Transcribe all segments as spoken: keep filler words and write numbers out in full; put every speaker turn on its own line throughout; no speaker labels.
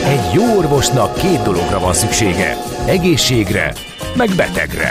Egy jó orvosnak két dologra van szüksége. Egészségre, meg betegre.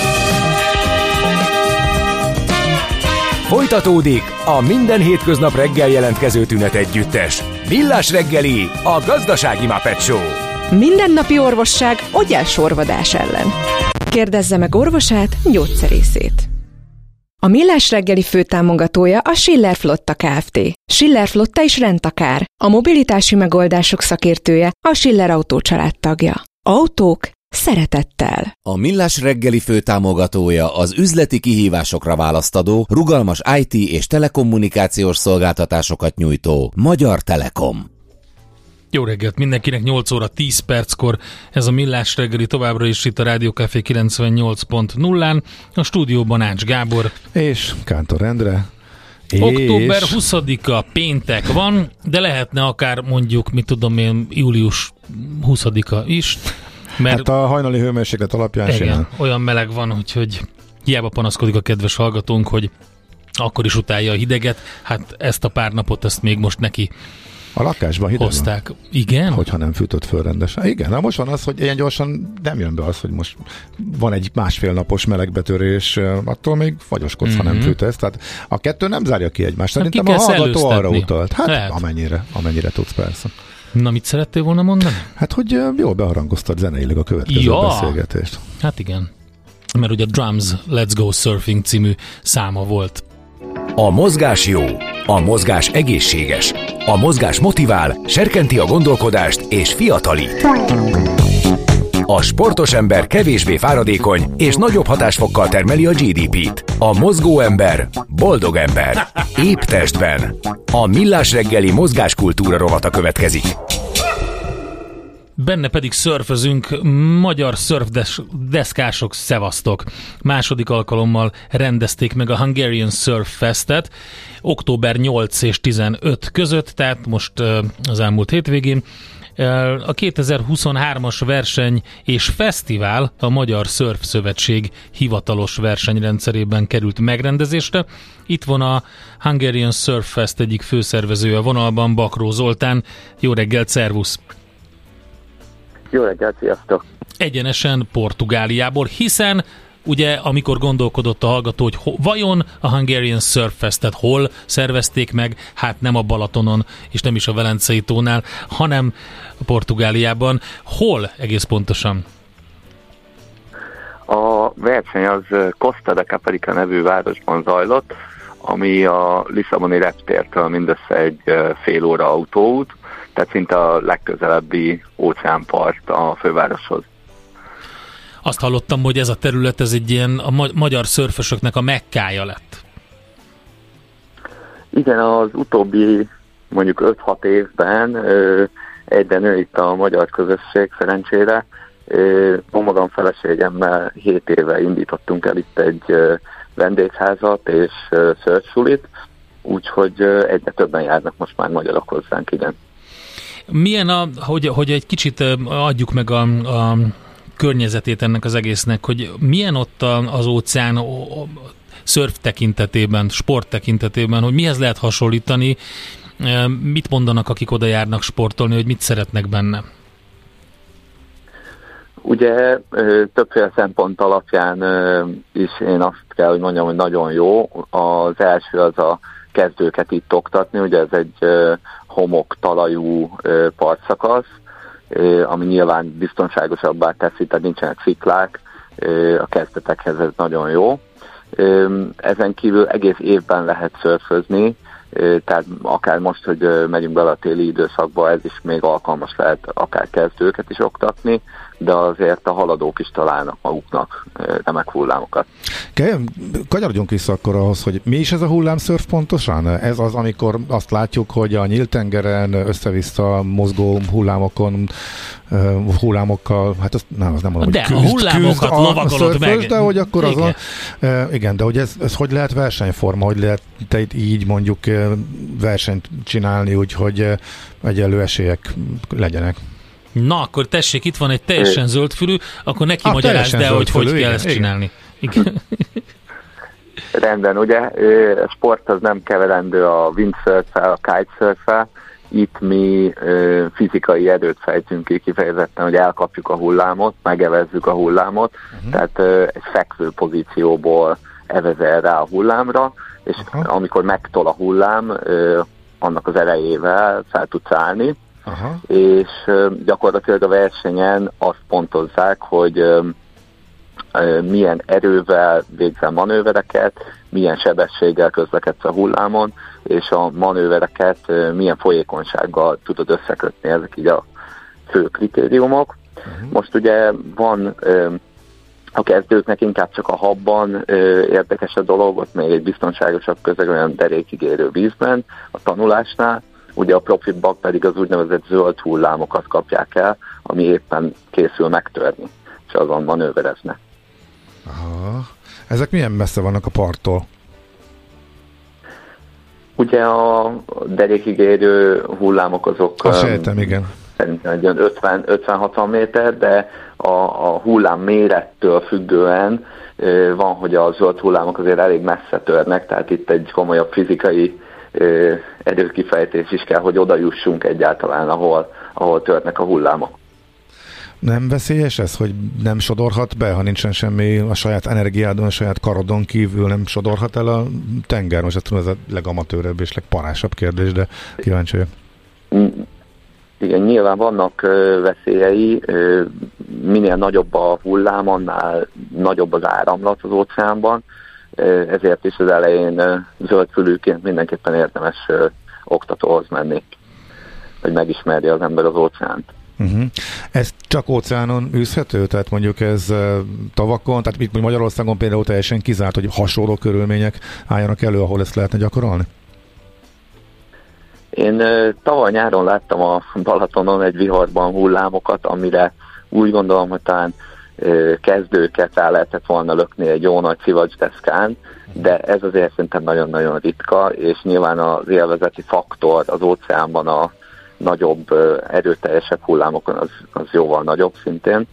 Folytatódik a minden hétköznap reggel jelentkező tünet együttes. Millás reggeli, a gazdasági Muppet Show.
Mindennapi orvosság ogyásorvadás ellen. Kérdezze meg orvosát, gyógyszerészét. A Millás reggeli főtámogatója a Schiller Flotta Kft. Schiller Flotta is rendtakár. A mobilitási megoldások szakértője, a Schiller Autó családtagja. Autók szeretettel.
A Millás reggeli főtámogatója az üzleti kihívásokra választadó, rugalmas i té és telekommunikációs szolgáltatásokat nyújtó Magyar Telekom.
Jó reggelt mindenkinek, nyolc óra tíz perckor, ez a Millás reggeli továbbra is itt a Rádió Café kilencvennyolc pont nullán, a stúdióban Ács Gábor.
És Kántor Endre.
Október
és...
huszadika péntek van, de lehetne akár mondjuk, mit tudom én, július huszadika is. Mert
hát a hajnali hőmérséklet alapján
igen,
simán.
olyan meleg van, úgyhogy hiába panaszkodik a kedves hallgatónk, hogy akkor is utálja a hideget, hát ezt a pár napot, ezt még most neki
a lakásban hideg
hozták.
van.
Igen?
Hogyha nem fűtött föl rendesen. Igen, na most van az, hogy ilyen gyorsan nem jön be az, hogy most van egy másfél napos melegbetörés, attól még fagyoskodsz, mm-hmm. ha nem fűtesz. Tehát a kettő nem zárja ki egymást. Szerintem a hallgató arra utalt. Hát lehet. amennyire, amennyire tudsz persze.
Na, mit szerettél volna mondani?
Hát, hogy jól beharangoztad zeneileg a következő
ja.
beszélgetést.
Hát igen. Mert ugye a Drums Let's Go Surfing című száma volt.
A mozgás jó, a mozgás egészséges, a mozgás motivál, serkenti a gondolkodást és fiatalít. A sportos ember kevésbé fáradékony és nagyobb hatásfokkal termeli a gé dé pét. A mozgó ember boldog ember. Épp testben. A Millás reggeli mozgáskultúra rovata következik.
Benne pedig szörfözünk, magyar szörfdeszkások, szevasztok. Második alkalommal rendezték meg a Hungarian Surf Festet október nyolc és tizenöt között, tehát most az elmúlt hétvégén. A kétezer-huszonhármas verseny és fesztivál a Magyar Szörf Szövetség hivatalos versenyrendszerében került megrendezésre. Itt van a Hungarian Surf Fest egyik főszervezője a vonalban, Bakró Zoltán. Jó reggelt, szervusz!
Jó reggelt, sziasztok!
Egyenesen Portugáliából, hiszen ugye amikor gondolkodott a hallgató, hogy ho, vajon a Hungarian Surf Festet hol szervezték meg, hát nem a Balatonon és nem is a Velencei tónál, hanem Portugáliában. Hol egész pontosan?
A verseny az Costa da Caparica nevű városban zajlott, ami a Lisszaboni reptértől mindössze egy fél óra autóút, tehát szinte a legközelebbi óceánpart a fővároshoz.
Azt hallottam, hogy ez a terület ez egy ilyen a ma- magyar szörfösöknek a mekkája lett.
Igen, az utóbbi mondjuk öt-hat évben ö, egyre nő itt a magyar közösség szerencsére. Ö, magam feleségemmel hét éve indítottunk el itt egy ö, vendégházat és ö, szörfsulit, úgyhogy ö, egyre többen járnak most már magyarok hozzánk, igen.
Milyen a, hogy, hogy egy kicsit adjuk meg a, a környezetét ennek az egésznek, hogy milyen ott az óceán szörf tekintetében, sport tekintetében, hogy mihez lehet hasonlítani, mit mondanak, akik oda járnak sportolni, hogy mit szeretnek benne?
Ugye többféle szempont alapján is én azt kell, hogy mondjam, hogy nagyon jó. Az első az a kezdőket itt oktatni, ugye ez egy homok talajú partszakasz, ami nyilván biztonságosabbá teszi, tehát nincsenek sziklák, a kezdetekhez ez nagyon jó. Ezen kívül egész évben lehet szörfözni, tehát akár most, hogy megyünk bele a téli időszakba, ez is még alkalmas lehet akár kezdőket is oktatni, de azért a haladók is találnak maguknak remek hullámokat.
Kanyarodjunk vissza akkor ahhoz, hogy mi is ez a hullámszörf pontosan? Ez az, amikor azt látjuk, hogy a nyílt tengeren össze-vissza mozgó hullámokon, hullámokkal, hát azt nem, az nem mondom,
de
hogy küzd,
a hullámokat
küzd
lovagolod meg.
De hogy akkor
igen.
azon, igen, de hogy ez, ez hogy lehet versenyforma, hogy lehet te így mondjuk versenyt csinálni, úgyhogy egyenlő esélyek legyenek.
Na, akkor tessék, itt van egy teljesen zöldfülű, akkor neki
ah,
magyarázd el, hogy hogy kell
igen,
ezt
igen.
csinálni. Igen.
Rendben, ugye a sport az nem keverendő a windsurf-fel, a kitesurf-fel, itt mi ö, fizikai erőt fejtünk ki kifejezetten, hogy elkapjuk a hullámot, megevezzük a hullámot, uh-huh. tehát ö, egy fekvő pozícióból evezel rá a hullámra, és uh-huh. amikor megtol a hullám, ö, annak az erejével fel tudsz állni, uh-huh. és ö, gyakorlatilag a versenyen azt pontozzák, hogy ö, ö, milyen erővel végzel manővereket, milyen sebességgel közlekedsz a hullámon, és a manővereket ö, milyen folyékonysággal tudod összekötni, ezek így a fő kritériumok. Uh-huh. Most ugye van ö, a kezdőknek inkább csak a habban ö, érdekes a dolog, ott még egy biztonságosabb közeg, olyan derékig érő vízben a tanulásnál, ugye a profibak pedig az úgynevezett zöld hullámokat kapják el, ami éppen készül megtörni, és azon manővereznek.
Aha. Ezek milyen messze vannak a parttól?
Ugye a derékig érő hullámok azok...
Azt sejtem, igen.
Szerintem egy ötven-hatvan méter, de a, a hullám mérettől függően van, hogy a zöld hullámok azért elég messze törnek, tehát itt egy komolyabb fizikai erőkifejtés is kell, hogy oda jussunk egyáltalán, ahol, ahol törnek a hullámok.
Nem veszélyes ez, hogy nem sodorhat be, ha nincsen semmi a saját energiádon, a saját karodon kívül nem sodorhat el a tenger? Most ezt tudom, ez a legamatőrebb és legparásabb kérdés, de kíváncsi vagyok.
Igen, nyilván vannak ö, veszélyei, ö, minél nagyobb a hullám, annál nagyobb az áramlat az óceánban, ö, ezért is az elején ö, zöldfülűként mindenképpen érdemes ö, oktatóhoz menni, hogy megismerje az ember az óceánt.
Uh-huh. Ez csak óceánon űzhető? Tehát mondjuk ez uh, tavakon, tehát itt Magyarországon például teljesen kizárt, hogy hasonló körülmények álljanak elő, ahol ezt lehetne gyakorolni?
Én uh, tavaly nyáron láttam a Balatonon egy viharban hullámokat, amire úgy gondolom, hogy talán uh, kezdőket el lehetett volna lökni egy jó nagy szivacsdeszkán, de ez azért szerintem nagyon-nagyon ritka, és nyilván az élvezeti faktor az óceánban a nagyobb, erőteljesebb hullámokon az, az jóval nagyobb szintén.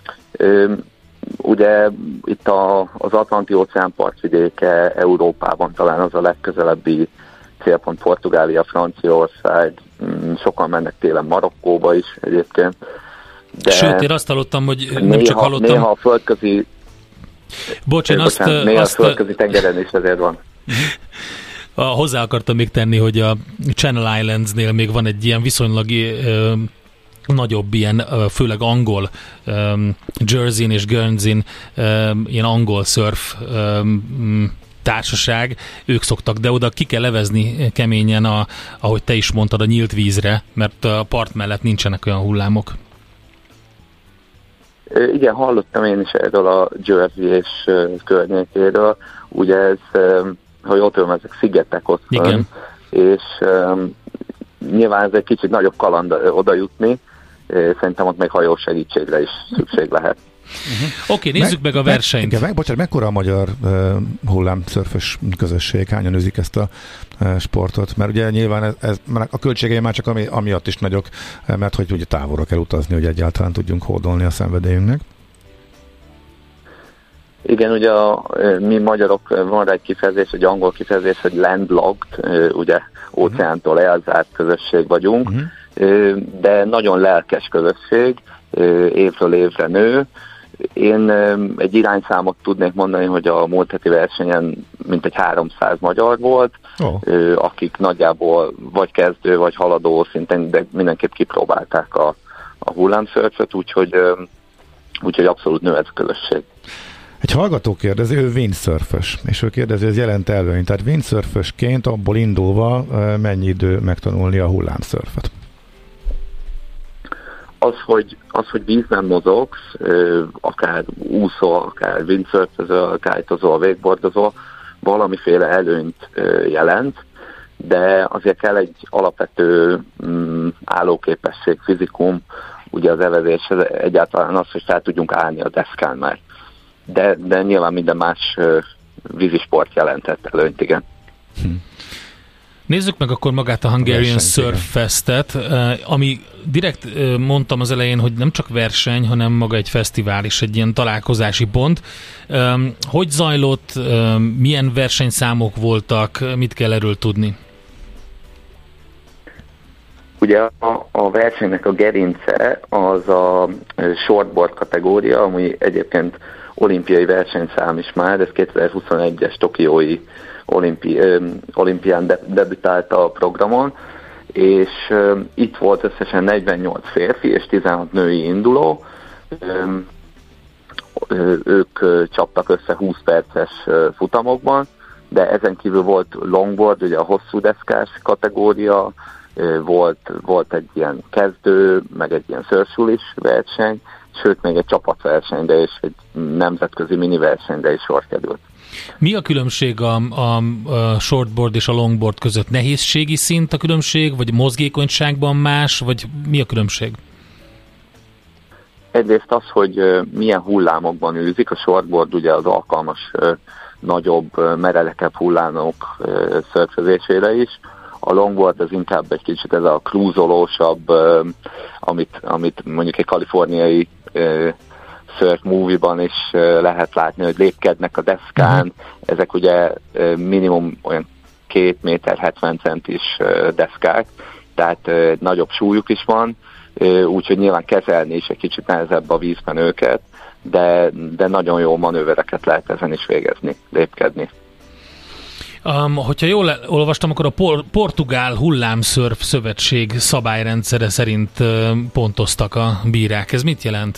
Ugye itt a, az Atlanti-óceán partvidéke Európában talán az a legközelebbi célpont, Portugália, Franciaország, sokan mennek télen Marokkóba is egyébként.
De Sőt, én azt hallottam, hogy nem
néha,
csak hallottam...
Néha a földközi,
Bocs, én azt,
bocsánat, néha
azt,
a földközi tengeren is ezért van.
A, hozzá akartam még tenni, hogy a Channel Islandsnél még van egy ilyen viszonylag ö, nagyobb ilyen, ö, főleg angol, ö, Jerseyn és Guernsey-n ö, ilyen angol surf ö, társaság, ők szoktak, de oda ki kell levezni keményen, a, ahogy te is mondtad, a nyílt vízre, mert a part mellett nincsenek olyan hullámok.
Igen, hallottam én is erről a Jersey és környékéről. Ugye ez, ha jól tudom, ezek szigetek ott van, és um, nyilván ez egy kicsit nagyobb kaland oda jutni, szerintem ott még hajó segítségre is szükség lehet.
Uh-huh. Oké, okay, nézzük meg, meg a versenyt.
Meg, meg, bocsánat, mekkora a magyar uh, hullámszörfös közösség? Hányan űzik ezt a uh, sportot? Mert ugye nyilván ez, ez, a költségei már csak ami, amiatt is nagyok, mert hogy ugye távolra kell utazni, hogy egyáltalán tudjunk hódolni a szenvedélyünknek.
Igen, ugye a, mi magyarok, van rá egy kifejezés, egy angol kifejezés, hogy landlocked, ugye óceántól elzárt közösség vagyunk, uh-huh. de nagyon lelkes közösség, évről évre nő. Én egy irányszámot tudnék mondani, hogy a múlt heti versenyen mintegy háromszáz magyar volt, oh. akik nagyjából vagy kezdő, vagy haladó szinten, de mindenképp kipróbálták a, a hullámszörföt, úgyhogy, úgyhogy abszolút nő ez a közösség.
Egy hallgató kérdezi, ő windsurfös, és ő kérdezi, ez jelent előnyt. Tehát windsurfösként abból indulva mennyi idő megtanulni a hullámszörföt?
Az, hogy, az, hogy vízben mozogsz, akár úszol, akár windsurfözöl, kite-ozol, wakeboardozol, valamiféle előnyt jelent, de azért kell egy alapvető mm, állóképesség, fizikum, ugye az evezés, egyáltalán az, hogy fel tudjunk állni a deszkán már. De, de nyilván minden más uh, vízisport jelentett előnyt, igen. Hm.
Nézzük meg akkor magát a Hungarian Surf Festet, ami direkt mondtam az elején, hogy nem csak verseny, hanem maga egy fesztivál is, egy ilyen találkozási pont. Hogy zajlott, milyen versenyszámok voltak, mit kell erről tudni?
Ugye a, a versenynek a gerince az a shortboard kategória, ami egyébként olimpiai versenyszám is már, ez kétezer-huszonegyes tokiói olimpi, ö, olimpián de, debütált a programon, és ö, itt volt összesen negyvennyolc férfi és tizenhat női induló. Ö, ö, ők ö, csaptak össze húsz perces ö, futamokban, de ezen kívül volt longboard, ugye a hosszú deszkás kategória, ö, volt, volt egy ilyen kezdő, meg egy ilyen szörsulis verseny, sőt még egy csapatversenyre és egy nemzetközi mini versenyre is sor került.
Mi a különbség a, a, a shortboard és a longboard között? Nehézségi szint a különbség, vagy mozgékonyságban más, vagy mi a különbség?
Egyrészt az, hogy milyen hullámokban űzik. A shortboard ugye az alkalmas nagyobb, meredekebb hullámok szörfözésére is. A longboard az inkább egy kicsit ez a krúzolósabb, amit, amit mondjuk egy kaliforniai surf movie-ban is lehet látni, hogy lépkednek a deszkán. Ezek ugye minimum olyan két méter hetven centis deszkák, tehát nagyobb súlyuk is van, úgyhogy nyilván kezelni is egy kicsit nehezebb a vízben őket, de, de nagyon jó manővereket lehet ezen is végezni, lépkedni.
Um, hogyha jól olvastam, akkor a Por- Portugál Hullámszörf Szövetség szabályrendszere szerint uh, pontoztak a bírák. Ez mit jelent?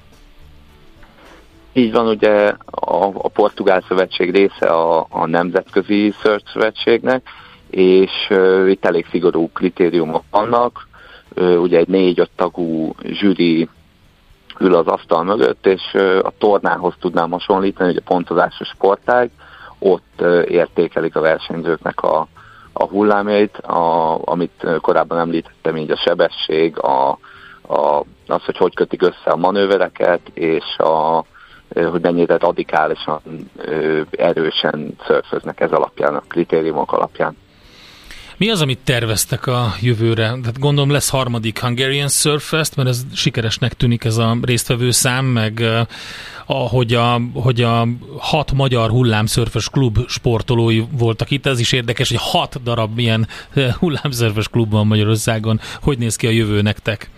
Így van, ugye a, a Portugál Szövetség része a, a Nemzetközi Szörf Szövetségnek, és uh, itt elég szigorú kritériumok vannak. Uh, ugye egy négy-öt tagú zsűri ül az asztal mögött, és uh, a tornához tudnám hasonlítani, ugye a pontozásos sportág, ott értékelik a versenyzőknek a, a hullámjait, a, amit korábban említettem, így a sebesség, a, a, az, hogy hogy kötik össze a manővereket, és a, hogy mennyire radikálisan erősen szörföznek ez alapján, a kritériumok alapján.
Mi az, amit terveztek a jövőre? Tehát gondolom lesz harmadik Hungarian Surf Fest, mert ez sikeresnek tűnik ez a résztvevő szám, meg ahogy a, hogy a hat magyar hullámszörfös klub sportolói voltak itt. Ez is érdekes, hogy hat darab ilyen hullámszörfös klub van Magyarországon. Hogy néz ki a jövő nektek?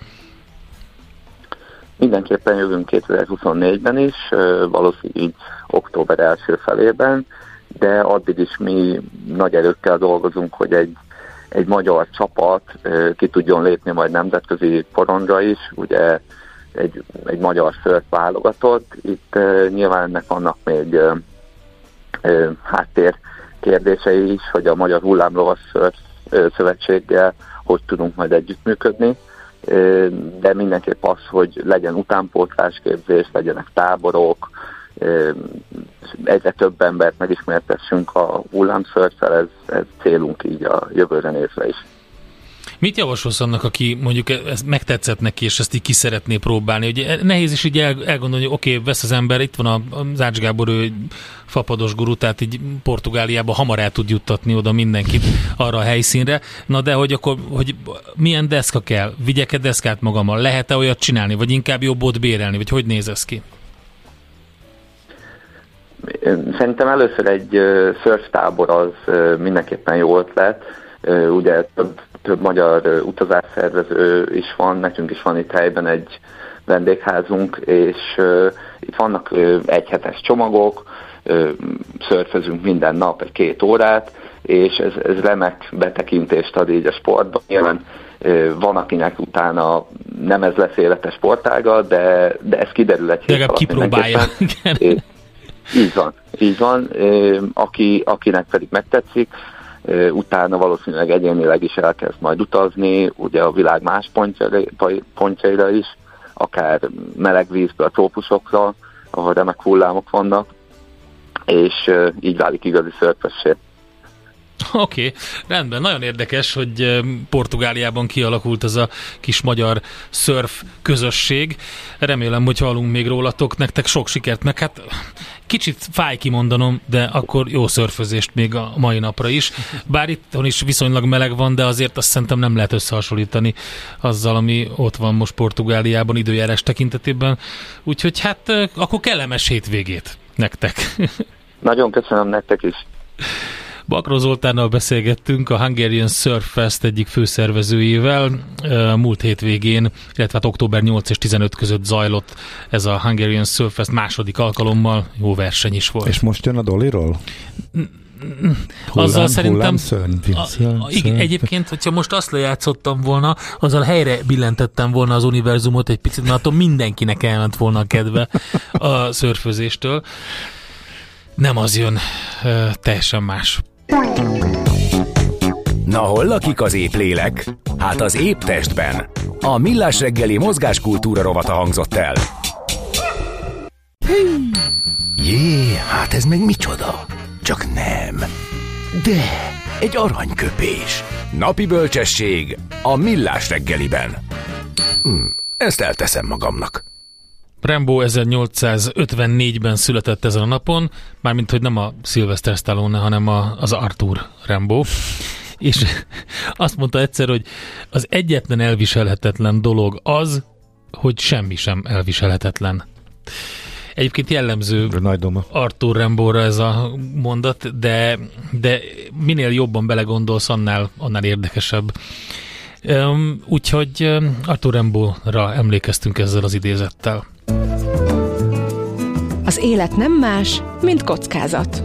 Mindenképpen jövünk kétezer-huszonnégyben is, valószínűleg így október első felében, de addig is mi nagy erőkkel dolgozunk, hogy egy, egy magyar csapat ki tudjon lépni majd nemzetközi porondra is, ugye egy, egy magyar szörf válogatott. Itt nyilván ennek vannak még háttér kérdései is, hogy a Magyar Hullámlovas Szörf Szövetséggel hogy tudunk majd együttműködni, de mindenképp az, hogy legyen utánpótlásképzés, legyenek táborok, egyre több embert megismertessünk a hullámszörffel, ez, ez célunk így a jövőre nézve is.
Mit javasolsz annak, aki mondjuk ez megtetszett neki, és ezt így ki szeretné próbálni? Ugye nehéz is így el, elgondolni, hogy oké, okay, vesz az ember, itt van a, a Zács Gábor, ő egy fapados guru, tehát így Portugáliába hamar el tud juttatni oda mindenkit arra a helyszínre. Na de hogy akkor, hogy milyen deszka kell? Vigyek-e deszkát magammal? Lehet-e olyat csinálni? Vagy inkább jobb ott bérelni? Vagy hogy néz ez ki?
Szerintem először egy uh, szörftábor az uh, mindenképpen jó ötlet. Uh, ugye több, több magyar uh, utazásszervező is van, nekünk is van itt helyben egy vendégházunk, és uh, itt vannak uh, egyhetes csomagok, uh, szörfözünk minden nap egy-két órát, és ez, ez remek betekintést ad így a sportba. Nyilván uh, van, akinek utána nem ez lesz élete sportága, de, de ez kiderül egy hét alatt
kipróbálja.
Így van, így van. Aki, akinek pedig megtetszik, utána valószínűleg egyénileg is elkezd majd utazni, ugye a világ más pontjaira, pontjaira is, akár meleg vízbe, a trópusokra, ahol remek hullámok vannak, és így válik igazi szörfössé.
Oké, okay, rendben. Nagyon érdekes, hogy Portugáliában kialakult ez a kis magyar szörf közösség. Remélem, hogy hallunk még rólatok. Nektek sok sikert, meg hát kicsit fáj kimondanom, de akkor jó szörfözést még a mai napra is. Bár itthon is viszonylag meleg van, de azért azt szerintem nem lehet összehasonlítani azzal, ami ott van most Portugáliában időjárás tekintetében. Úgyhogy hát akkor kellemes hétvégét nektek.
Nagyon köszönöm nektek is.
Bakró Zoltánnal beszélgettünk, a Hungarian Surf Fest egyik főszervezőjével. Múlt hétvégén, illetve hát október nyolc és tizenöt között zajlott ez a Hungarian Surf Fest második alkalommal. Jó verseny is volt.
És most jön a Dollyról?
Azzal
hullám,
szerintem
hullám, szörny,
a,
szörny,
a, igen, egyébként, hogyha most azt lejátszottam volna, azzal helyre billentettem volna az univerzumot egy picit, mert attól mindenkinek elment volna a kedve a szörfözéstől. Nem az jön, teljesen más.
Na hol lakik az épp lélek? Hát az épp testben. A Millás reggeli mozgáskultúra rovata hangzott el. Jé, hát ez meg micsoda? Csak nem. De, egy aranyköpés. Napi bölcsesség a Millás reggeliben. Hm, ezt elteszem magamnak.
Rambo ezernyolcszázötvennégyben született ezen a napon, mármint, hogy nem a Sylvester Stallone, hanem a, az Arthur Rambo. És azt mondta egyszer, hogy az egyetlen elviselhetetlen dolog az, hogy semmi sem elviselhetetlen. Egyébként jellemző Arthur Rambóra ez a mondat, de, de minél jobban belegondolsz, annál, annál érdekesebb. Um, úgyhogy Arthur Rambóra emlékeztünk ezzel az idézettel.
Az élet nem más, mint kockázat.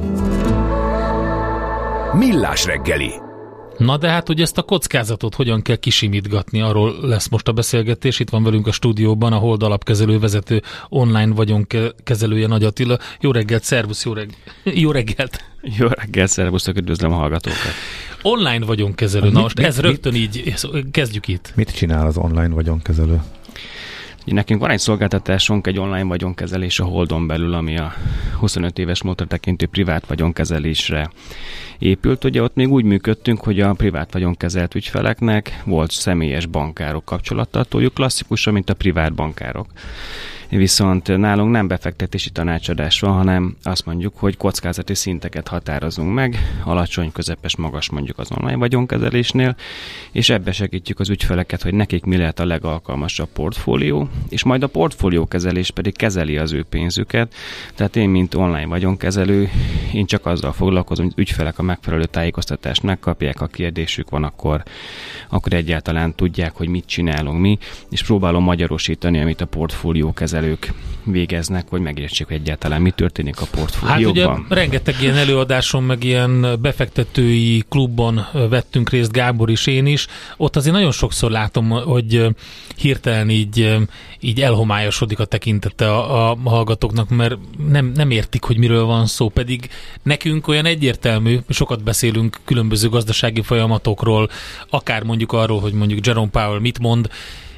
Millás reggeli.
Na de hát, hogy ezt a kockázatot hogyan kell kisimítgatni, arról lesz most a beszélgetés. Itt van velünk a stúdióban a Hold alapkezelő vezető online vagyonkezelője Nagy Attila. Jó reggelt, szervusz, jó, reg- jó reggelt!
Jó reggelt, szervusztok, üdvözlöm a hallgatókat!
Online vagyonkezelő, na most mit, ez mit, rögtön mit, így, kezdjük itt.
Mit csinál az online vagyonkezelő?
Nekünk van egy szolgáltatásunk, egy online vagyonkezelés a Holdon belül, ami a huszonöt éves múltra tekintő privát vagyonkezelésre épült. Ugye ott még úgy működtünk, hogy a privát vagyonkezelt ügyfeleknek volt személyes bankárok kapcsolattartójuk, klasszikusan, mint a privát bankárok. Viszont nálunk nem befektetési tanácsadás van, hanem azt mondjuk, hogy kockázati szinteket határozunk meg, alacsony, közepes, magas mondjuk az online vagyonkezelésnél, és ebbe segítjük az ügyfeleket, hogy nekik mi lehet a legalkalmasabb portfólió, és majd a portfóliókezelés pedig kezeli az ő pénzüket. Tehát én, mint online vagyonkezelő, én csak azzal foglalkozom, hogy az ügyfelek a megfelelő tájékoztatást megkapják, ha kérdésük van, akkor, akkor egyáltalán tudják, hogy mit csinálunk mi, és próbálom magyarosítani, amit a portfóliókezelés ők végeznek, hogy megértsék, hogy egyáltalán mi történik a portfólióban.
Hát ugye rengeteg ilyen előadáson, meg ilyen befektetői klubban vettünk részt, Gábor is, én is. Ott azért nagyon sokszor látom, hogy hirtelen így, így elhomályosodik a tekintete a, a hallgatóknak, mert nem, nem értik, hogy miről van szó, pedig nekünk olyan egyértelmű, sokat beszélünk különböző gazdasági folyamatokról, akár mondjuk arról, hogy mondjuk Jerome Powell mit mond,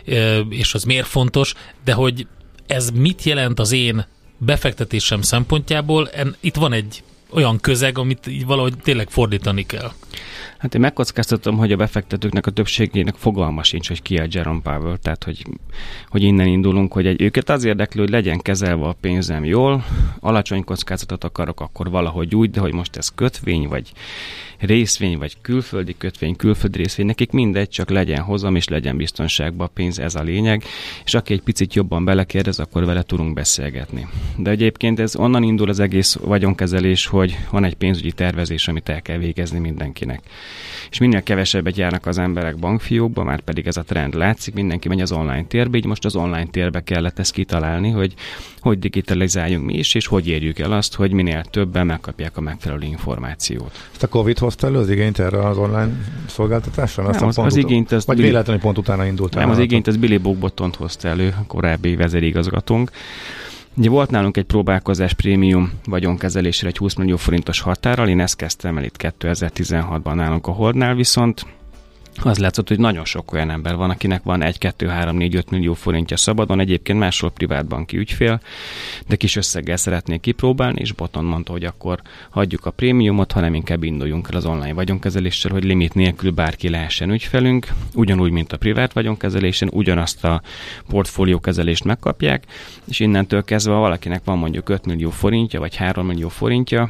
és az miért fontos, de hogy ez mit jelent az én befektetésem szempontjából? En, itt van egy olyan közeg, amit így valahogy tényleg fordítani kell.
Hát én megkockáztatom, hogy a befektetőknek a többségének fogalma sincs, hogy ki a Jerome Powell, tehát hogy, hogy innen indulunk, hogy egy, őket az érdekli, hogy legyen kezelve a pénzem jól, alacsony kockázatot akarok, akkor valahogy úgy, de hogy most ez kötvény, vagy részvény, vagy külföldi kötvény, külföldi részvény, nekik mindegy, csak legyen hozam, és legyen biztonságban a pénz, ez a lényeg, és aki egy picit jobban belekérdez, akkor vele tudunk beszélgetni. De egyébként ez onnan indul az egész vagyonkezelés, hogy van egy pénzügyi tervezés, amit el kell végezni mindenkinek. És minél kevesebbet járnak az emberek bankfiókba, már pedig ez a trend látszik, mindenki megy az online térbe, így most az online térbe kellett ezt kitalálni, hogy hogy digitalizáljunk mi is, és hogy érjük el azt, hogy minél többen megkapják a megfelelő információt.
Ezt a Covid hozta elő az igényt erre az online szolgáltatásra?
Nem, az, az igényt az...
Vagy Billy... véletlenül pont utána indult el?
Nem, az igényt az Billy Bogbotont hozta elő, a korábbi vezérigazgatónk. Ugye volt nálunk egy próbálkozás prémium vagyonkezelésre egy húsz millió forintos határral, én ezt kezdtem el itt kétezer-tizenhatban nálunk a Holdnál, viszont az látszott, hogy nagyon sok olyan ember van, akinek van egy, kettő, három, négy, öt millió forintja szabadon, egyébként máshol privátbanki ügyfél, de kis összeggel szeretnék kipróbálni, és Boton mondta, hogy akkor hagyjuk a prémiumot, hanem inkább induljunk el az online vagyonkezeléssel, hogy limit nélkül bárki lehessen ügyfelünk, ugyanúgy, mint a privát vagyonkezelésen, ugyanazt a portfóliókezelést megkapják, és innentől kezdve, ha valakinek van mondjuk öt millió forintja, vagy három millió forintja,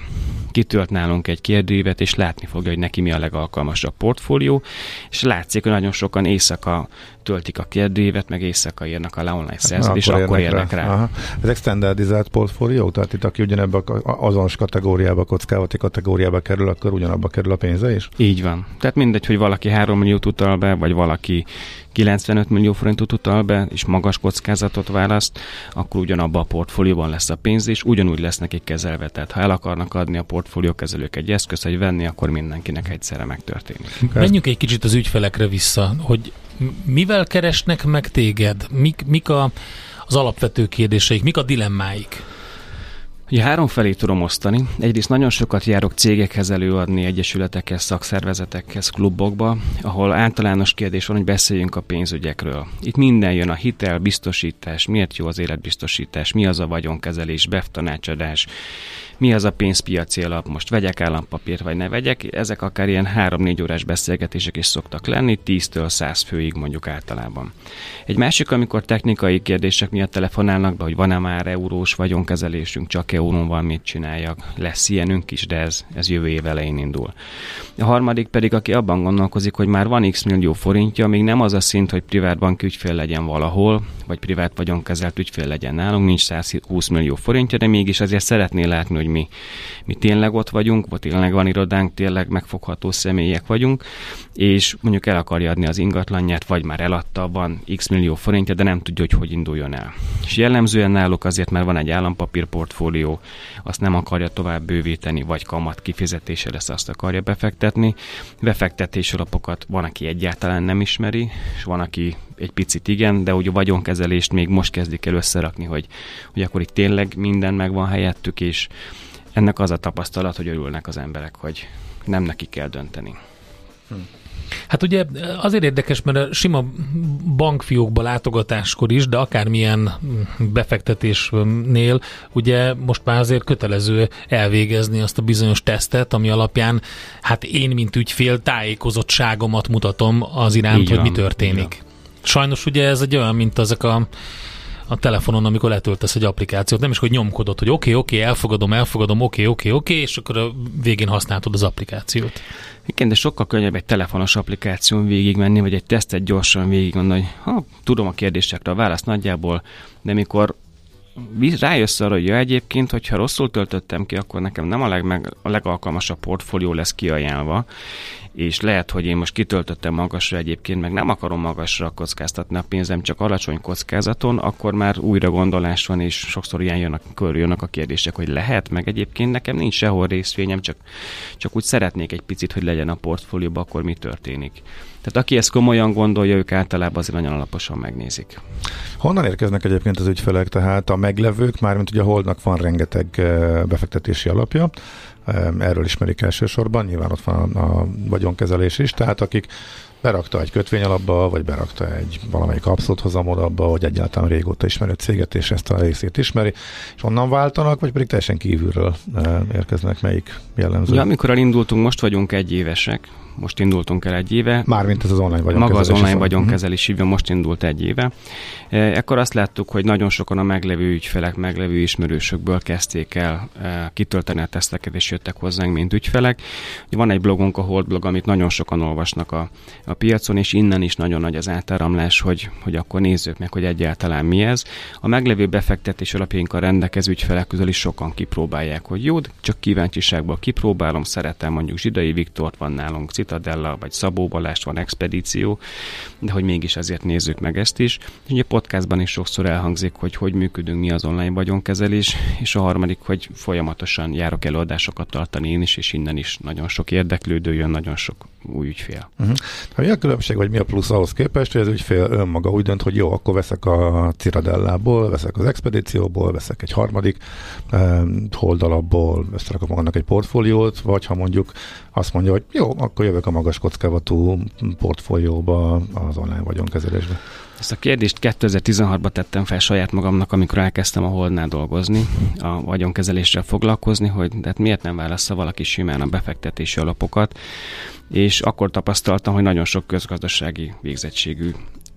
kitölt nálunk egy kérdőívet, és látni fogja, hogy neki mi a legalkalmasabb portfólió, és látszik, hogy nagyon sokan éjszaka töltik a kérdőívet, meg éjszaka írnak a online szerződést, és akkor, akkor érnek rá. rá.
Ezek standardizált portfólió? Tehát itt aki ugyanebben azonos kategóriába, kockázati kategóriába kerül, akkor ugyanabba kerül a pénze is?
Így van. Tehát mindegy, hogy valaki három milliót utal be, vagy valaki kilencvenöt millió forintot utal be, és magas kockázatot választ, akkor ugyanabban a portfólióban lesz a pénz, és ugyanúgy lesz nekik kezelve. Tehát ha el akarnak adni a portfóliókezelők egy eszközt, hogy venni, akkor mindenkinek egyszerre megtörténik.
Menjünk egy kicsit az ügyfelekre vissza, hogy mivel keresnek meg téged? Mik, mik a, az alapvető kérdéseik? Mik a dilemmáik?
Ugye három felé tudom osztani. Egyrészt nagyon sokat járok cégekhez előadni, egyesületekhez, szakszervezetekhez, klubokba, ahol általános kérdés van, hogy beszéljünk a pénzügyekről. Itt minden jön, a hitel, biztosítás, miért jó az életbiztosítás, mi az a vagyonkezelés, bé e ef tanácsadás, mi az a pénzpiaci alap, most vegyek állampapírt, vagy ne vegyek. Ezek akár ilyen három-négy órás beszélgetések is szoktak lenni, tíztől száz főig mondjuk általában. Egy másik, amikor technikai kérdések miatt telefonálnak be, hogy van-e már eurós vagyonkezelésünk, csak eurón van, mit csináljak. Lesz ilyenünk is, de ez, ez jövő év elején indul. A harmadik pedig, aki abban gondolkozik, hogy már van x millió forintja, még nem az a szint, hogy privát bank ügyfél legyen valahol, vagy privát vagyonkezelt ügyfél legyen nálunk, nincs százhúsz millió forintja, de mégis azért szeretné látni, hogy mi, mi tényleg ott vagyunk, vagy tényleg van irodánk, tényleg megfogható személyek vagyunk, és mondjuk el akarja adni az ingatlanját, vagy már eladta, van x millió forintja, de nem tudja, hogy hogy induljon el. És jellemzően náluk azért, mert van egy állampapírportfólió, azt nem akarja tovább bővíteni, vagy kamat kifizetése lesz, azt akarja befektetni. Befektetési alapokat van, aki egyáltalán nem ismeri, és van, aki egy picit igen, de úgy a vagyonkezelést még most kezdik el összerakni, hogy, hogy akkor itt tényleg minden megvan helyettük, és ennek az a tapasztalat, hogy örülnek az emberek, hogy nem neki kell dönteni.
Hm. Hát ugye azért érdekes, mert a sima bankfiókba látogatáskor is, de akármilyen befektetésnél, ugye most már azért kötelező elvégezni azt a bizonyos tesztet, ami alapján hát én, mint ügyfél, tájékozottságomat mutatom az iránt, így hogy van, mi történik. Sajnos ugye ez egy olyan, mint ezek a a telefonon, amikor letöltesz egy applikációt, nem is, hogy nyomkodod, hogy oké, okay, oké, okay, elfogadom, elfogadom, oké, okay, oké, okay, oké, okay, és akkor a végén használtod az applikációt.
Igen, de sokkal könnyebb egy telefonos applikáción végigmenni, vagy egy tesztet gyorsan végigmondani, hogy ha tudom a kérdésekre a választ nagyjából, de mikor rájössz arra, hogy ja, egyébként, hogyha rosszul töltöttem ki, akkor nekem nem a, legmeg, a legalkalmasabb portfólió lesz kiajánlva, és lehet, hogy én most kitöltöttem magasra egyébként, meg nem akarom magasra kockáztatni a pénzem, csak alacsony kockázaton, akkor már újra gondolás van, és sokszor ilyen jönnek, körüljönnek a kérdések, hogy lehet, meg egyébként nekem nincs sehol részvényem, csak, csak úgy szeretnék egy picit, hogy legyen a portfólióban, akkor mi történik. Tehát aki ezt komolyan gondolja, ők általában azért nagyon alaposan megnézik.
Honnan érkeznek egyébként az ügyfelek? Tehát a meglevők, mármint ugye a Holdnak van rengeteg befektetési alapja, erről ismerik elsősorban, nyilván ott van a, a vagyonkezelés is, tehát akik berakta egy kötvényalapba, vagy berakta egy valamelyik abszolút hozamodabba, vagy egyáltalán régóta ismerő céget, és ezt a részét ismeri, és onnan váltanak, vagy pedig teljesen kívülről érkeznek, melyik jellemző?
Ja, amikor elindultunk, most vagyunk egy évesek, most indultunk el egy éve.
Mármint ez az online vagyonkezelés.
Maga az online vagyonkezelés, így most indult egy éve. Ekkor azt láttuk, hogy nagyon sokan a meglevő ügyfelek, meglevő ismerősökből kezdték el kitölteni a teszteket, és jöttek hozzánk, mint ügyfelek. Van egy blogunk, a Hold blog, amit nagyon sokan olvasnak a, a piacon, és innen is nagyon nagy az átáramlás, hogy, hogy akkor nézzük meg, hogy egyáltalán mi ez. A meglevő befektetés alapjainkkal rendelkező ügyfelek közül is sokan kipróbálják, hogy jó, csak kíváncsiságból kipróbálom, szeretem, mondjuk Zsidai Viktort, van nálunk Citadella, vagy Szabó Balást, van Expedíció, de hogy mégis azért nézzük meg ezt is. Ugye podcastban is sokszor elhangzik, hogy hogy működünk, mi az online vagyonkezelés, és a harmadik, hogy folyamatosan járok előadásokat tartani én is, és innen is nagyon sok érdeklődő jön, nagyon sok új ügyfél.
Uh-huh. Mi a különbség, vagy mi a plusz ahhoz képest, hogy az ügyfél önmaga úgy dönt, hogy jó, akkor veszek a Citadellából, veszek az Expedícióból, veszek egy harmadik eh, holdalapból, összerakok magának egy portfóliót, vagy ha mondjuk azt mondja, hogy jó, akkor jövök a magas kockávatú portfólióba, az online vagyonkezelésbe.
Ezt a kérdést kétezer-tizenhatban tettem fel saját magamnak, amikor elkezdtem a Holdnál dolgozni, a vagyonkezeléssel foglalkozni, hogy de hát miért nem válassza valaki simán a befektetési alapokat, és akkor tapasztaltam, hogy nagyon sok közgazdasági végzettségű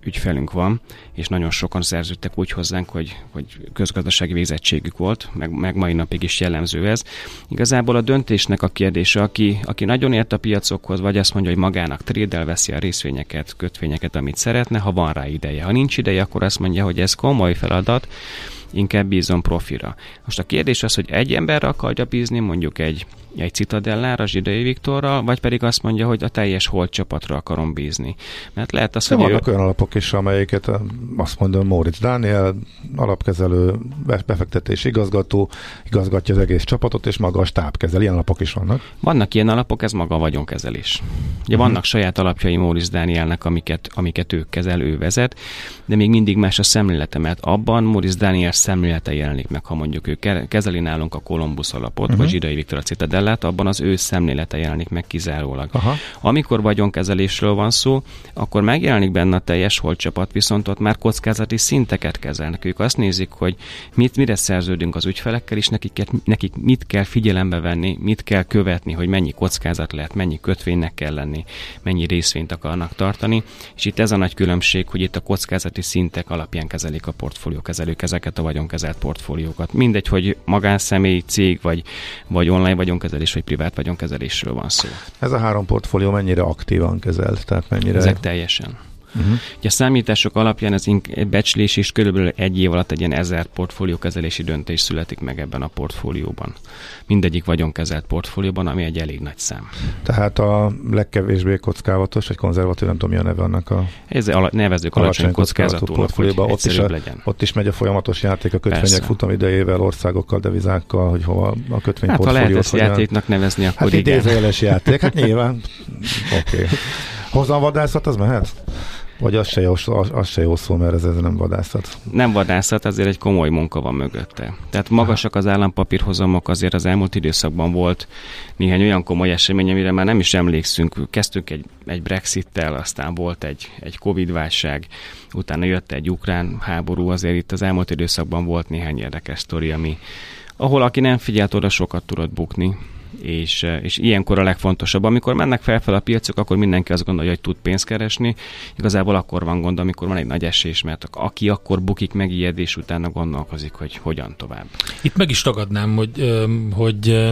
ügyfelünk van, és nagyon sokan szerződtek úgy hozzánk, hogy, hogy közgazdasági végzettségük volt, meg, meg mai napig is jellemző ez. Igazából a döntésnek a kérdése, aki, aki nagyon ért a piacokhoz, vagy azt mondja, hogy magának trédel veszi a részvényeket, kötvényeket, amit szeretne, ha van rá ideje. Ha nincs ideje, akkor azt mondja, hogy ez komoly feladat, inkább bízom profira. Most a kérdés az, hogy egy emberre akarja bízni, mondjuk egy, egy Citadellára, Zsidai Viktorral, vagy pedig azt mondja, hogy a teljes Hold csapatra akarom bízni. Mert lehet az,
de
hogy
vannak
ő...
olyan alapok is, amelyiket azt mondom, Móricz Dániel, alapkezelő, befektetés igazgató, igazgatja az egész csapatot, és maga a stáb kezel. Ilyen alapok is vannak.
Vannak ilyen alapok, ez maga a vagyonkezelés. Ugye uh-huh. vannak saját alapjai Móricz Dánielnek, amiket, amiket ő kezel, ő vezet, de még mindig más a szemlélete, mert abban Móricz Dániel szemlélete jelenik meg, ha mondjuk ő kezeli nálunk a Columbus alapot, uh-huh. vagy Zsidai Viktor a Citadellát, abban az ő szemlélete jelenik meg kizárólag. Aha. Amikor vagyonkezelésről van szó, akkor megjelenik benne a teljes Hold csapat, viszont ott már kockázati szinteket kezelnek. Ők azt nézik, hogy mit, mire szerződünk az ügyfelekkel, és nekik, nekik mit kell figyelembe venni, mit kell követni, hogy mennyi kockázat lehet, mennyi kötvénynek kell lenni, mennyi részvényt akarnak tartani, és itt ez a nagy különbség, hogy itt a kockázati szintek alapján kezelik a portfóliókezelők ezeket a vagyonkezelt portfóliókat. Mindegy, hogy magánszemély, cég, vagy, vagy online vagyonkezelés, vagy privát vagyonkezelésről van szó.
Ez a három portfólió mennyire aktívan kezelt? Tehát mennyire...
Ezek teljesen. Uh-huh. Ugye a számítások alapján az ink- becslés is körülbelül egy év alatt egy ilyen ezer portfóliókezelési döntés születik meg ebben a portfólióban. Mindegyik vagyonkezelt portfólióban, ami egy elég nagy szám.
Tehát a legkevésbé kockázatos, vagy konzervatív, nem tudom, mi a neve annak a...
Ez a nevezők alacsony kockázatúnak, portfólióban,
ott is, a, ott is megy a folyamatos játék a kötvények futamidejével, országokkal, devizákkal, hogy hova a kötvényportfóliót... Hát ha lehet ezt
játéknak nevezni, akkor
hát igen. Hát idézőjeles játék, hát nyilván. Oké. Okay. Hozamvadászat, az mehet? Vagy az se, jó, az, az se jó szó, mert ez, ez nem vadászat.
Nem vadászat, azért egy komoly munka van mögötte. Tehát magasak az állampapírhozamok, azért az elmúlt időszakban volt néhány olyan komoly esemény, amire már nem is emlékszünk. Kezdtünk egy, egy Brexittel, aztán volt egy, egy Covid-válság, utána jött egy ukrán háború, azért itt az elmúlt időszakban volt néhány érdekes sztori, ami, ahol aki nem figyelt oda, sokat tudott bukni. És, és ilyenkor a legfontosabb. Amikor mennek felfel a piacok, akkor mindenki azt gondolja, hogy tud pénzt keresni. Igazából akkor van gond, amikor van egy nagy esés, mert aki akkor bukik meg ijed, és utána gondolkozik, hogy hogyan tovább.
Itt meg is tagadnám, hogy, hogy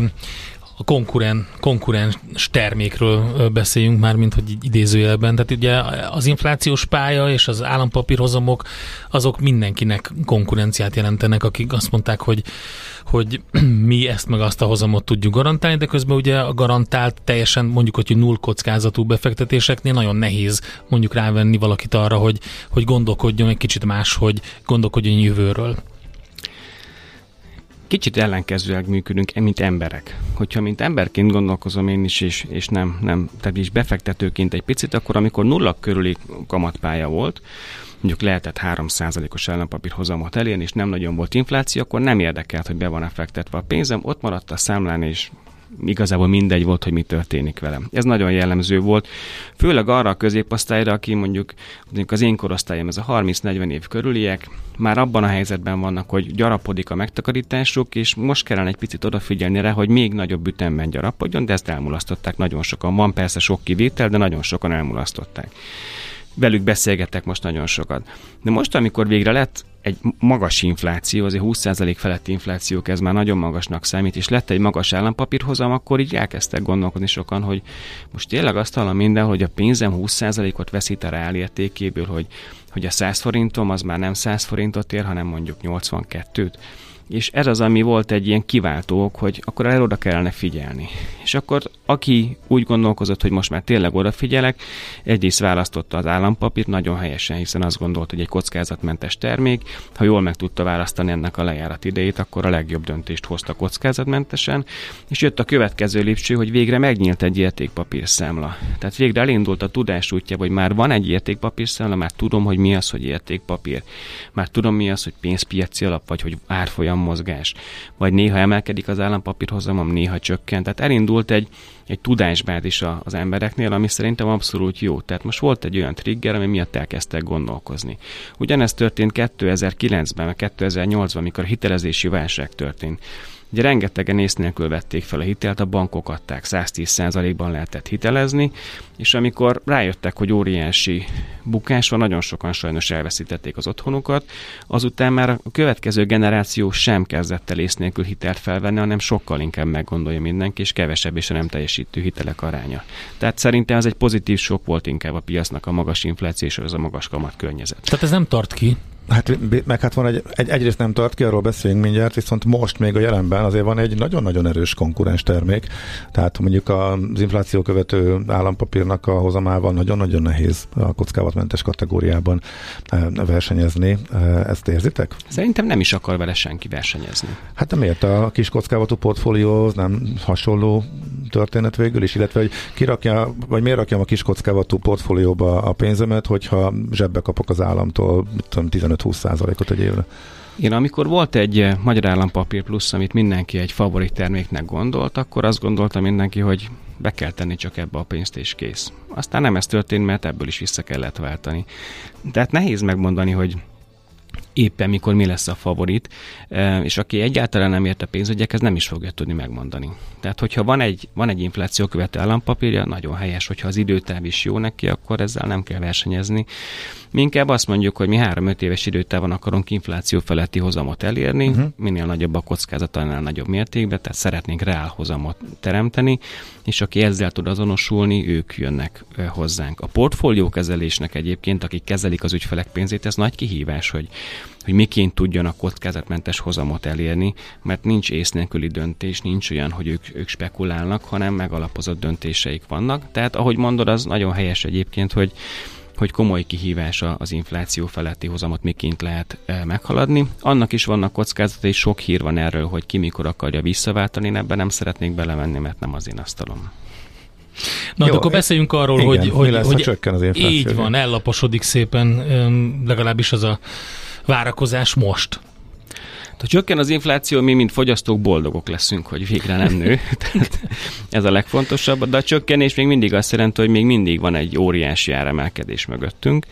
a konkuren, konkurens termékről beszéljünk már, mint hogy idézőjelben. Tehát ugye az inflációs pálya és az állampapírhozamok, azok mindenkinek konkurenciát jelentenek, akik azt mondták, hogy, hogy mi ezt meg azt a hozamot tudjuk garantálni, de közben ugye a garantált teljesen mondjuk, hogy null kockázatú befektetéseknél nagyon nehéz mondjuk rávenni valakit arra, hogy, hogy gondolkodjon egy kicsit más, hogy gondolkodjon jövőről.
Kicsit ellenkezőleg működünk, mint emberek. Hogyha mint emberként gondolkozom én is, és, és nem, nem, tehát is befektetőként egy picit, akkor amikor nulla körüli kamatpálya volt, mondjuk lehetett három százalékos állampapír hozamot elérni, és nem nagyon volt infláció, akkor nem érdekelt, hogy be van-e fektetve a pénzem, ott maradt a számlán, és igazából mindegy volt, hogy mi történik velem. Ez nagyon jellemző volt, főleg arra a középosztályra, aki mondjuk, mondjuk az én korosztályom, ez a harminc-negyven év körüliek, már abban a helyzetben vannak, hogy gyarapodik a megtakarításuk, és most kellene egy picit odafigyelni rá, hogy még nagyobb ütemben gyarapodjon, de ezt elmulasztották nagyon sokan. Van persze sok kivétel, de nagyon sokan elmulasztották. Velük beszélgettek most nagyon sokat. De most, amikor végre lett egy magas infláció, azért húsz százalék feletti inflációk, ez már nagyon magasnak számít, és lett egy magas állampapírhozam, akkor így elkezdtek gondolkodni sokan, hogy most tényleg azt hallom minden, hogy a pénzem húsz százalékot veszít a reálértékéből, hogy, hogy a száz forintom az már nem száz forintot ér, hanem mondjuk nyolcvankettőt. És ez az, ami volt egy ilyen kiváltó ok, hogy akkor el oda kellene figyelni. És akkor aki úgy gondolkozott, hogy most már tényleg odafigyelek, egyrészt választotta az állampapírt nagyon helyesen, hiszen azt gondolt, hogy egy kockázatmentes termék, ha jól meg tudta választani ennek a lejárat idejét, akkor a legjobb döntést hozta kockázatmentesen, és jött a következő lépcső, hogy végre megnyílt egy értékpapírszámla. Tehát végre elindult a tudás útja, hogy már van egy értékpapírszámla, már tudom, hogy mi az, hogy értékpapír. Már tudom, mi az, hogy pénzpiaci alap, vagy hogy árfolyam mozgás. Vagy néha emelkedik az állampapírhozamom, néha csökkent. Tehát elindult egy, egy tudásbázis az embereknél, ami szerintem abszolút jó. Tehát most volt egy olyan trigger, ami miatt elkezdtek gondolkozni. Ugyanezt történt kétezer-kilencben, vagy kétezer-nyolcban, amikor a hitelezési válság történt. Ugye rengetegen ész nélkül vették fel a hitelt, a bankok adták, száz tíz százalékban lehetett hitelezni, és amikor rájöttek, hogy óriási bukás van, nagyon sokan sajnos elveszítették az otthonukat, azután már a következő generáció sem kezdett el ész nélkül hitelt felvenni, hanem sokkal inkább meggondolja mindenki, és kevesebb és a nem teljesítő hitelek aránya. Tehát szerintem ez egy pozitív sok volt inkább a piacnak a magas infláció és az a magas kamat környezet.
Tehát ez nem tart ki?
Hát meg hát van egy, egy, egyrészt nem tart ki, arról beszéljünk mindjárt, viszont most még a jelenben azért van egy nagyon-nagyon erős konkurens termék, tehát mondjuk az infláció követő állampapírnak a hozamával nagyon-nagyon nehéz a kockázatmentes kategóriában versenyezni. Ezt érzitek?
Szerintem nem is akar vele senki versenyezni.
Hát de miért? A kis kockázatú portfólióhoz nem hasonló történet végül is, illetve hogy kirakja, vagy miért rakjam a kis kockázatú portfólióba a pénzemet, hogyha zsebbe kapok az államtól tizenöt-húsz százalékot egy évre.
Igen, amikor volt egy Magyar Állampapír Plusz, amit mindenki egy favorit terméknek gondolt, akkor azt gondolta mindenki, hogy be kell tenni csak ebbe a pénzt és kész. Aztán nem ez történt, mert ebből is vissza kellett váltani. Tehát nehéz megmondani, hogy éppen mikor mi lesz a favorit, és aki egyáltalán nem ért a pénzügyekhez, nem is fogja tudni megmondani. Tehát, hogyha van egy, van egy infláció követő állampapírja, nagyon helyes, hogyha az időtáv is jó neki, akkor ezzel nem kell versenyezni. Mi inkább azt mondjuk, hogy mi három-öt éves időtávon akarunk infláció feletti hozamot elérni, uh-huh. minél nagyobb a kockázat, annál nagyobb mértékben, tehát szeretnénk reál hozamot teremteni, és aki ezzel tud azonosulni, ők jönnek hozzánk. A portfóliókezelésnek egyébként, akik kezelik az ügyfelek pénzét, ez nagy kihívás, hogy hogy miként tudjanak kockázatmentes hozamot elérni, mert nincs ész nélküli döntés, nincs olyan, hogy ők, ők spekulálnak, hanem megalapozott döntéseik vannak. Tehát ahogy mondod, az nagyon helyes egyébként, hogy hogy komoly kihívás az infláció feletti hozamot miként lehet meghaladni. Annak is vannak kockázatai, sok hír van erről, hogy ki mikor akarja visszaváltani, én ebben nem szeretnék belemenni, mert nem az én asztalom.
Na, Jó, akkor beszéljünk arról,
igen,
hogy, hogy,
lesz,
hogy
csökken az infláció.
Így van, ellaposodik szépen, legalábbis az a várakozás most.
Ha csökken az infláció, mi, mint fogyasztók boldogok leszünk, hogy végre nem nő. Tehát ez a legfontosabb. De a csökkenés még mindig azt jelenti, hogy még mindig van egy óriási áremelkedés mögöttünk.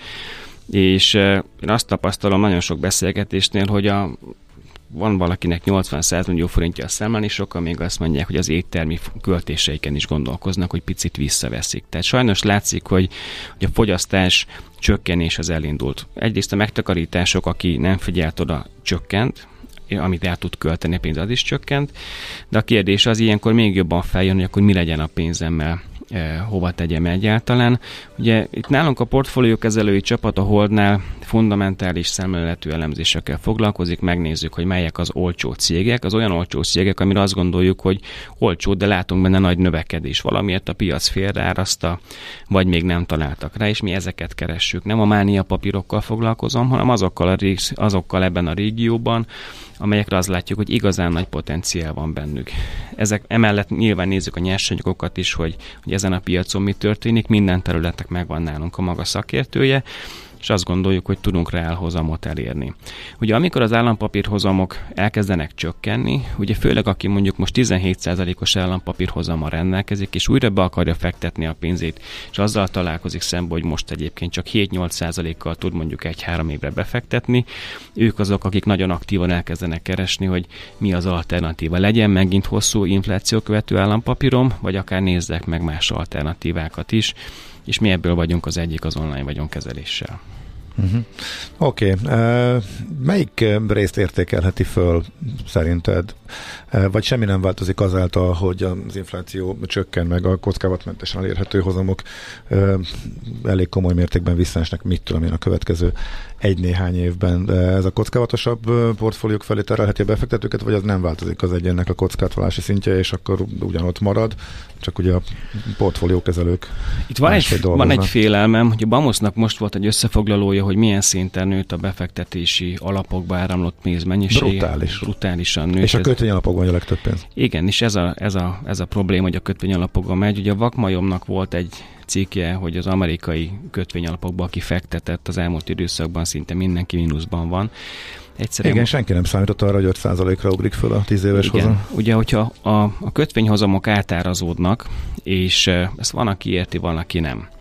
És én azt tapasztalom nagyon sok beszélgetésnél, hogy a van valakinek nyolcvan-száz millió forintja a számlán, és sokan még azt mondják, hogy az éttermi költéseiken is gondolkoznak, hogy picit visszaveszik. Tehát sajnos látszik, hogy, hogy a fogyasztás csökkenés az elindult. Egyrészt a megtakarítások, aki nem figyelt oda, csökkent, amit el tud költeni a pénz, az is csökkent, de a kérdés az ilyenkor még jobban feljön, hogy akkor mi legyen a pénzemmel, eh, hova tegyem egyáltalán. Ugye itt nálunk a portfóliókezelői csapat a Holdnál fundamentális szemléletű elemzésekkel foglalkozik, megnézzük, hogy melyek az olcsó cégek, az olyan olcsó cégek, amire azt gondoljuk, hogy olcsó, de látunk benne nagy növekedés. Valamiért a piac félreáraszta, vagy még nem találtak rá, és mi ezeket keressük. Nem a mánia papírokkal foglalkozom, hanem azokkal, a rész, azokkal ebben a régióban, amelyekre azt látjuk, hogy igazán nagy potenciál van bennük. Ezek emellett nyilván nézzük a nyersanyagokat is, hogy, hogy ezen a piacon mi történik, minden területnek megvan nálunk a maga szakértője, és azt gondoljuk, hogy tudunk reál hozamot elérni. Ugye amikor az állampapírhozamok elkezdenek csökkenni, ugye főleg aki mondjuk most tizenhét százalékos állampapírhozammal rendelkezik, és újra be akarja fektetni a pénzét, és azzal találkozik szembe, hogy most egyébként csak hét-nyolc százalékkal tud mondjuk egy-három évre befektetni, ők azok, akik nagyon aktívan elkezdenek keresni, hogy mi az alternatíva. Legyen megint hosszú infláció követő állampapírom, vagy akár nézzek meg más alternatívákat is, és mi ebből vagyunk az egyik az online vagyonkezeléssel.
Uh-huh. Oké. Okay. Uh, melyik részt értékelheti föl szerinted? Uh, vagy semmi nem változik azáltal, hogy az infláció csökken, meg a kockázatmentesen elérhető hozamok uh, elég komoly mértékben visszaesnek, mit tudom én, a következő egy-néhány évben. De ez a kockázatosabb portfóliók felé terelheti a befektetőket, vagy az nem változik az egyennek a kockázatvalási szintje, és akkor ugyanott marad, csak ugye a portfóliókezelők.
Itt van egy, van egy félelmem, hogy a BAMOS-nak most volt egy összefoglalója, hogy milyen szinten nőtt a befektetési alapokba áramlott pénzmennyisége.
Brutális.
Brutálisan nőtt.
És a kötvényalapokban a legtöbb pénz.
Igen, és ez a, ez a, ez a probléma, hogy a kötvényalapokban megy. Ugye a Vakmajomnak volt egy cikkje, hogy az amerikai kötvényalapokba, aki fektetett az elmúlt időszakban, szinte mindenki mínuszban van. Egyszerűen
igen, senki nem számított arra, hogy öt százalékra ugrik föl a tíz éves
igen.
hozam.
Ugye, hogyha a, a kötvényhozamok átárazódnak, és ezt van, aki érti, van, aki nem.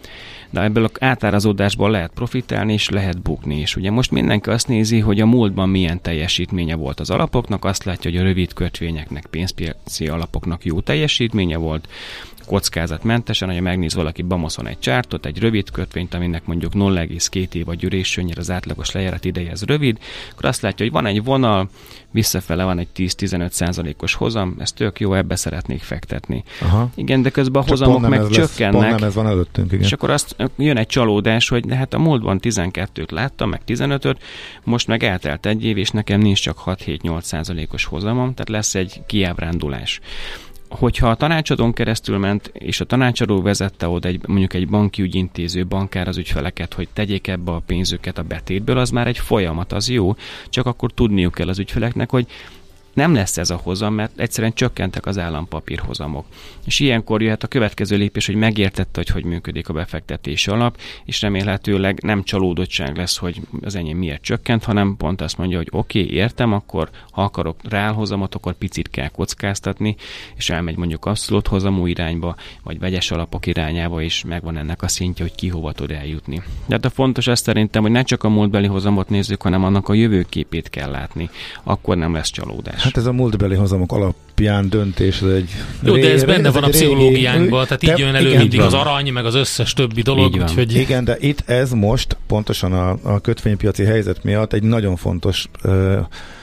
de ebből az átárazódásból lehet profitálni, és lehet bukni is. Ugye most mindenki azt nézi, hogy a múltban milyen teljesítménye volt az alapoknak, azt látja, hogy a rövid kötvényeknek, pénzpiaci alapoknak jó teljesítménye volt, kockázatmentesen, hogyha megnéz valaki Bamoszon egy csártot, egy rövid kötvényt, aminek mondjuk nulla egész két év a duration, az átlagos lejárat ideje, ez rövid, akkor azt látja, hogy van egy vonal, visszafele van egy tíz-tizenöt százalékos hozam, ez tök jó, ebbe szeretnék fektetni. Aha. Igen, de közben a csak hozamok meg csökkennek.
Pont nem ez van előttünk, igen.
És akkor azt jön egy csalódás, hogy de hát a múltban tizenkettőt láttam, meg tizenötöt, most meg eltelt egy év, és nekem nincs csak hat-hét-nyolc százalékos hozamom, tehát lesz egy kiábrándulás. Hogyha a tanácsadón keresztül ment, és a tanácsadó vezette oda egy, mondjuk egy banki ügyintéző, bankár az ügyfeleket, hogy tegyék ebbe a pénzüket a betétből, az már egy folyamat, az jó, csak akkor tudniuk kell az ügyfeleknek, hogy nem lesz ez a hozam, mert egyszerűen csökkentek az állampapírhozamok. És ilyenkor jöhet a következő lépés, hogy megértette, hogy hogy működik a befektetési alap, és remélhetőleg nem csalódottság lesz, hogy az enyém miért csökkent, hanem pont azt mondja, hogy oké, okay, értem, akkor ha akarok reálhozamot, akkor picit kell kockáztatni, és elmegy mondjuk abszolút hozamú irányba, vagy vegyes alapok irányába, és megvan ennek a szintje, hogy ki hova tud eljutni. De hát a fontos ez szerintem, hogy ne csak a múltbeli hozamot nézzük, hanem annak a jövőképét kell látni. Akkor nem lesz csalódás.
Hát ez a múltbeli hozamok alapján döntés, ez egy...
Jó, de ez benne van a pszichológiánkban, tehát így jön elő mindig az arany, meg az összes többi dolog.
Úgyhogy... Igen, de itt ez most pontosan a, a kötvénypiaci helyzet miatt egy nagyon fontos ö,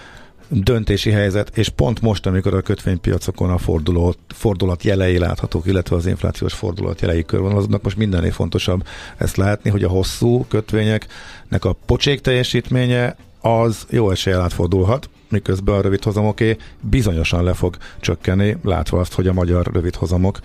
döntési helyzet, és pont most, amikor a kötvénypiacokon a fordulat, fordulat jelei láthatók, illetve az inflációs fordulat jelei körvonalaznak, most mindennél fontosabb ezt látni, hogy a hosszú kötvényeknek a pocsék teljesítménye az jó eséllyel átfordulhat, miközben a rövidhozamoké bizonyosan le fog csökkenni, látva azt, hogy a magyar rövidhozamok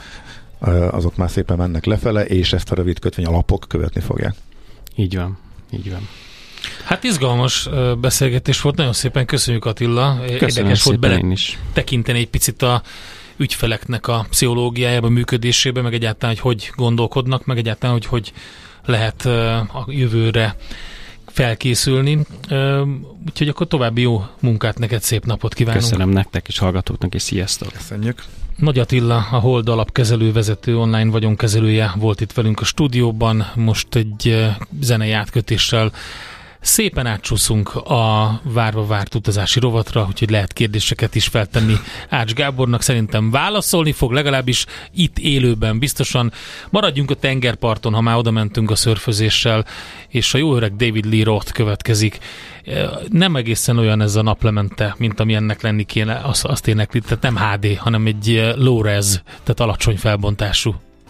azok már szépen mennek lefele, és ezt a rövid kötvény alapok követni fogják.
Így van, így van.
Hát izgalmas beszélgetés volt, nagyon szépen köszönjük, Attila.
Köszönöm.
Érdekes volt bele tekinteni egy picit a ügyfeleknek a pszichológiájába, működésébe, meg egyáltalán, hogy hogy gondolkodnak, meg egyáltalán, hogy hogy lehet a jövőre felkészülni. Úgyhogy akkor további jó munkát neked, szép napot kívánunk.
Köszönöm nektek és hallgatóknak, és sziasztok!
Köszönjük!
Nagy Attila, a Hold alapkezelő vezető, online vagyonkezelője volt itt velünk a stúdióban. Most egy zenei átkötéssel szépen átcsúszunk a várva várt utazási rovatra, úgyhogy lehet kérdéseket is feltenni Ács Gábornak. Szerintem válaszolni fog, legalábbis itt élőben biztosan. Maradjunk a tengerparton, ha már oda mentünk a szörfözéssel, és a jó öreg David Lee Roth következik. Nem egészen olyan ez a naplemente, mint ami ennek lenni kéne, azt, azt énekli, tehát nem há dé, hanem egy low res, tehát alacsony felbontású.